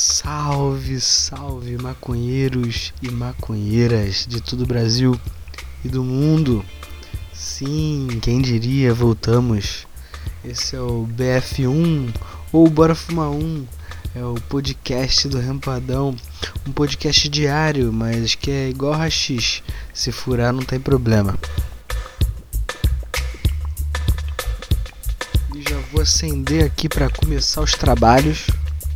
Salve, salve maconheiros e maconheiras de todo o Brasil e do mundo. Sim, quem diria, voltamos. Esse é o BF1 ou Bora Fumar 1. É o podcast do Rempadão. Um podcast diário, mas que é igual haxixe. Se furar não tem problema. E já vou acender aqui para começar os trabalhos.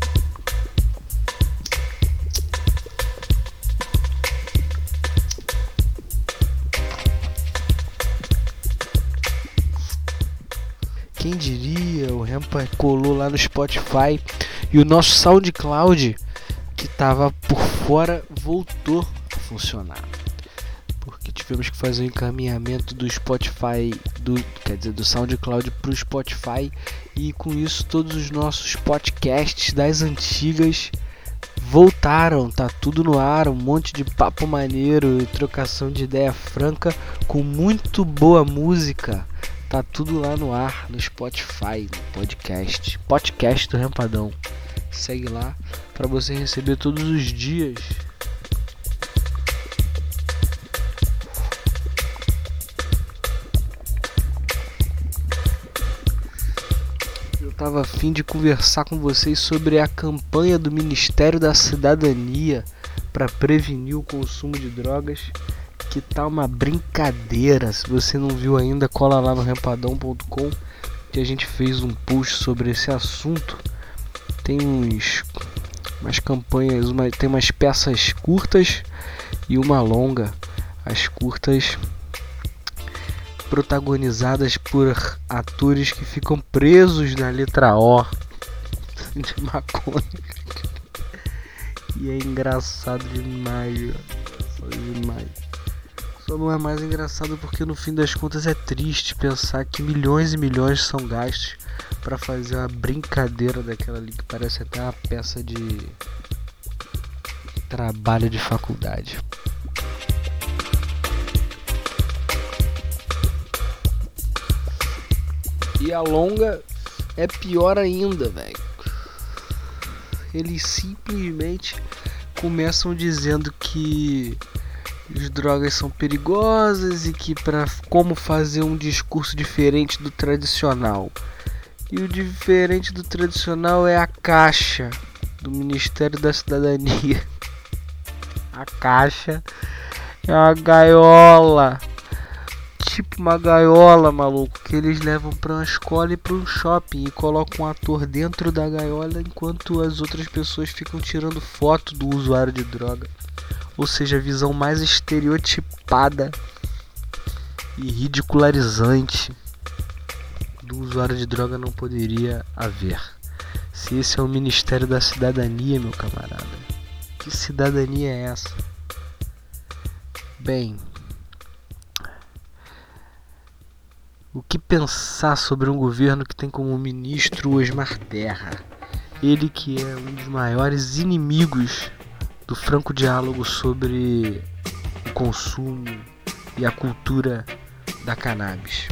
Quem diria, o Rempa colou lá no Spotify e o nosso SoundCloud, que estava por fora, voltou a funcionar. Porque tivemos que fazer o encaminhamento do Spotify, do SoundCloud para o Spotify, e com isso todos os nossos podcasts das antigas voltaram, tá tudo no ar, um monte de papo maneiro e trocação de ideia franca com muito boa música. Tá tudo lá no ar, no Spotify, no podcast do Rempadão. Segue lá para você receber todos os dias. Eu tava a fim de conversar com vocês sobre a campanha do Ministério da Cidadania para prevenir o consumo de drogas. Que tá uma brincadeira. Se você não viu ainda, cola lá no rempadão.com, que a gente fez um post sobre esse assunto. Tem umas campanhas, tem umas peças curtas e uma longa. As curtas protagonizadas por atores que ficam presos na letra O de maconha. E é engraçado demais, demais. Só não é mais engraçado porque no fim das contas é triste pensar que milhões e milhões são gastos para fazer uma brincadeira daquela ali que parece até uma peça de trabalho de faculdade. E a longa é pior ainda, velho. Eles simplesmente começam dizendo que as drogas são perigosas e que como fazer um discurso diferente do tradicional. E o diferente do tradicional é a caixa do Ministério da Cidadania. A caixa é uma gaiola. Tipo uma gaiola, maluco, que eles levam pra uma escola e pra um shopping e colocam um ator dentro da gaiola enquanto as outras pessoas ficam tirando foto do usuário de droga. Ou seja, a visão mais estereotipada e ridicularizante do usuário de droga não poderia haver. Se esse é o Ministério da Cidadania, meu camarada, que cidadania é essa? Bem, o que pensar sobre um governo que tem como ministro Osmar Terra? Ele que é um dos maiores inimigos do franco diálogo sobre o consumo e a cultura da cannabis.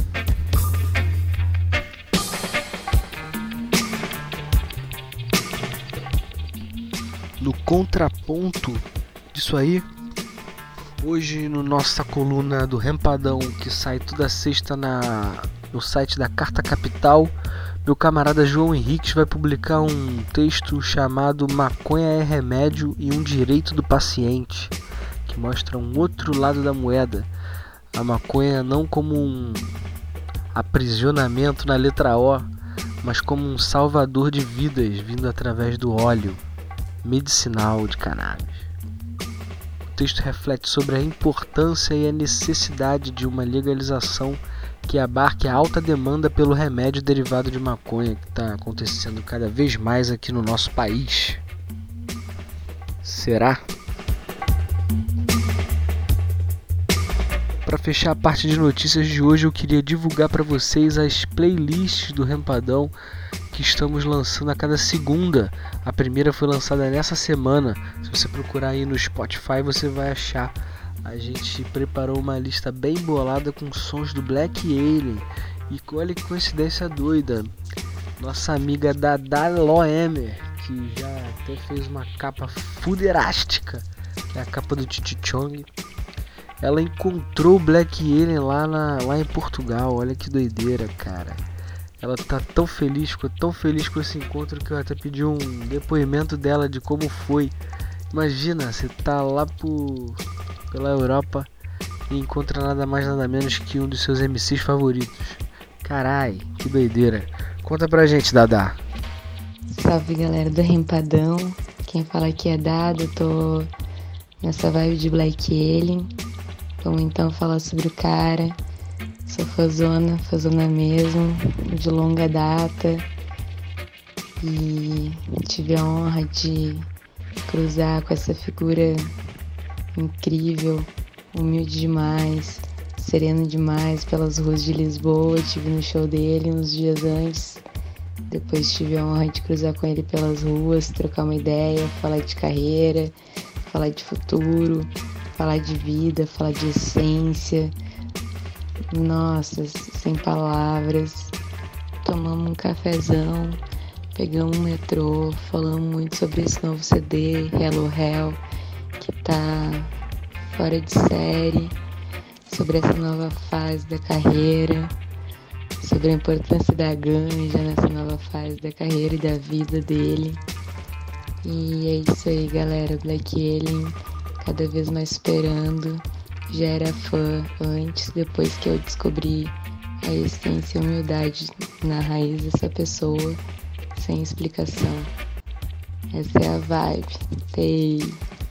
No contraponto disso aí, hoje no nossa coluna do Rempadão, que sai toda sexta no site da Carta Capital, meu camarada João Henriques vai publicar um texto chamado Maconha é Remédio e um Direito do Paciente, que mostra um outro lado da moeda. A maconha não como um aprisionamento na letra O, mas como um salvador de vidas vindo através do óleo medicinal de cannabis. O texto reflete sobre a importância e a necessidade de uma legalização que abarque a alta demanda pelo remédio derivado de maconha que está acontecendo cada vez mais aqui no nosso país. Será? Para fechar a parte de notícias de hoje, eu queria divulgar para vocês as playlists do Rempadão que estamos lançando a cada segunda. A primeira foi lançada nessa semana. Se você procurar aí no Spotify, você vai achar. A gente preparou uma lista bem bolada com sons do Black Alien. E olha que coincidência doida. Nossa amiga Dada Loemer, que já até fez uma capa fuderástica, que é a capa do Cheech Chong. Ela encontrou o Black Alien lá em Portugal. Olha que doideira, cara. Ela tá tão feliz, ficou tão feliz com esse encontro que eu até pedi um depoimento dela de como foi. Imagina, você tá lá pela Europa e encontra nada mais nada menos que um dos seus MCs favoritos. Carai, que doideira. Conta pra gente, Dada. Salve, galera do Rempadão. Quem fala aqui é Dada, tô nessa vibe de Black Alien. Vamos então falar sobre o cara. Sou fãzona mesmo, de longa data. E tive a honra de cruzar com essa figura incrível, humilde demais, sereno demais pelas ruas de Lisboa. Estive no show dele uns dias antes. Depois tive a honra de cruzar com ele pelas ruas, trocar uma ideia, falar de carreira, falar de futuro, falar de vida, falar de essência. Nossa, sem palavras. Tomamos um cafezão, pegamos um metrô, falamos muito sobre esse novo CD, Hello Hell, que tá fora de série, sobre essa nova fase da carreira, sobre a importância da ganja nessa nova fase da carreira e da vida dele. E é isso aí, galera. Black Alien, cada vez mais esperando. Já era fã antes, depois que eu descobri a essência e a humildade na raiz dessa pessoa, sem explicação. Essa é a vibe. Tei.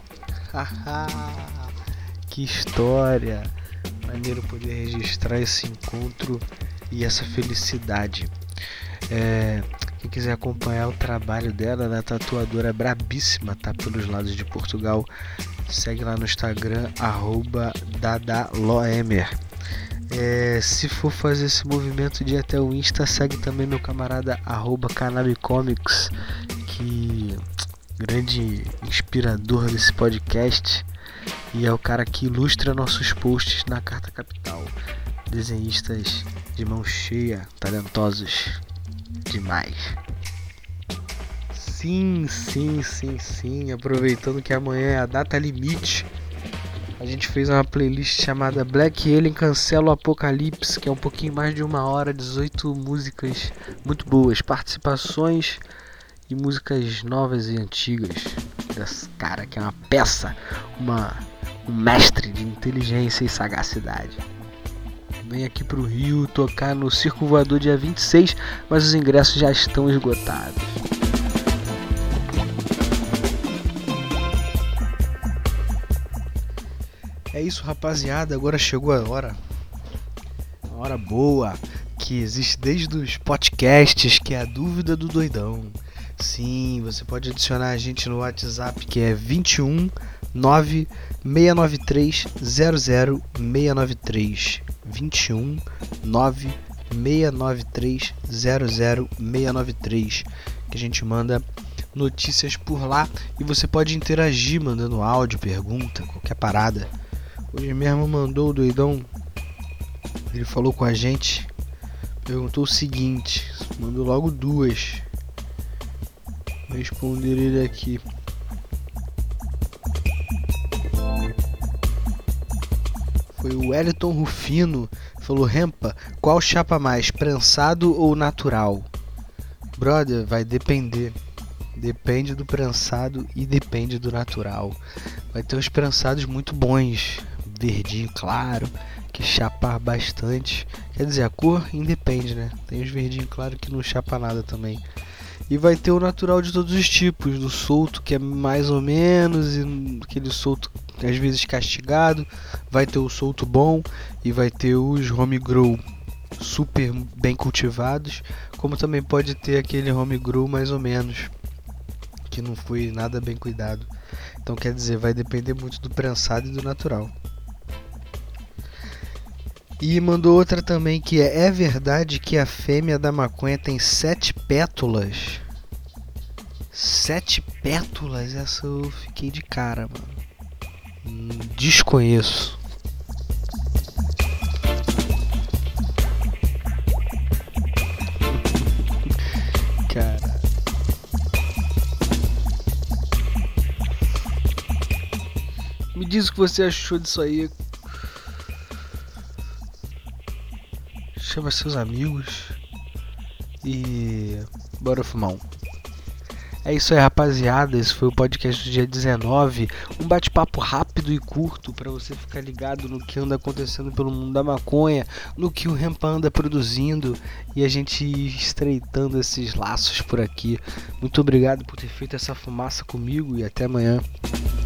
Que história! Maneiro poder registrar esse encontro e essa felicidade. Quem quiser acompanhar o trabalho dela, ela é tatuadora brabíssima, tá pelos lados de Portugal. Segue lá no Instagram, @dadaloemer. Se for fazer esse movimento de ir até o Insta, segue também meu camarada @canabicomics, que grande inspirador desse podcast e é o cara que ilustra nossos posts na Carta Capital. Desenhistas de mão cheia, talentosos demais. Sim. Aproveitando que amanhã é a data limite, a gente fez uma playlist chamada Black Alien Cancela o Apocalipse, que é um pouquinho mais de 1 hora, 18 músicas muito boas, participações e músicas novas e antigas desse cara que é uma peça, um mestre de inteligência e sagacidade. Vem aqui pro Rio tocar no Circo Voador dia 26, mas os ingressos já estão esgotados. É isso, rapaziada, agora chegou a hora. Uma hora boa, que existe desde os podcasts, que é a dúvida do doidão. Sim, você pode adicionar a gente no WhatsApp, que é 21 9 693 00 693. 21 9 693 00 693, que a gente manda notícias por lá e você pode interagir mandando áudio, pergunta, qualquer parada. Hoje mesmo mandou o doidão, ele falou com a gente, perguntou o seguinte, mandou logo 2. Vou responder ele aqui. Foi o Wellington Rufino, falou: Rempa, qual chapa mais, prensado ou natural? Brother, vai depender. Depende do prensado e depende do natural. Vai ter uns prensados muito bons, verdinho claro, que chapar bastante. Quer dizer, a cor independe, né? Tem os verdinhos claro que não chapa nada também. E vai ter o natural de todos os tipos, do solto que é mais ou menos, e aquele solto às vezes castigado, vai ter o solto bom e vai ter os home grow super bem cultivados, como também pode ter aquele home grow mais ou menos, que não foi nada bem cuidado. Então quer dizer, vai depender muito do prensado e do natural. E mandou outra também que é verdade que a fêmea da maconha tem 7 pétalas? 7 pétalas? Essa eu fiquei de cara, mano. Desconheço. Cara. diz o que você achou disso aí. Chama seus amigos e bora fumar um. É isso aí, rapaziada. Esse foi o podcast do dia 19. Um bate-papo rápido e curto para você ficar ligado no que anda acontecendo pelo mundo da maconha, no que o Hempa anda produzindo e a gente estreitando esses laços por aqui. Muito obrigado por ter feito essa fumaça comigo e até amanhã.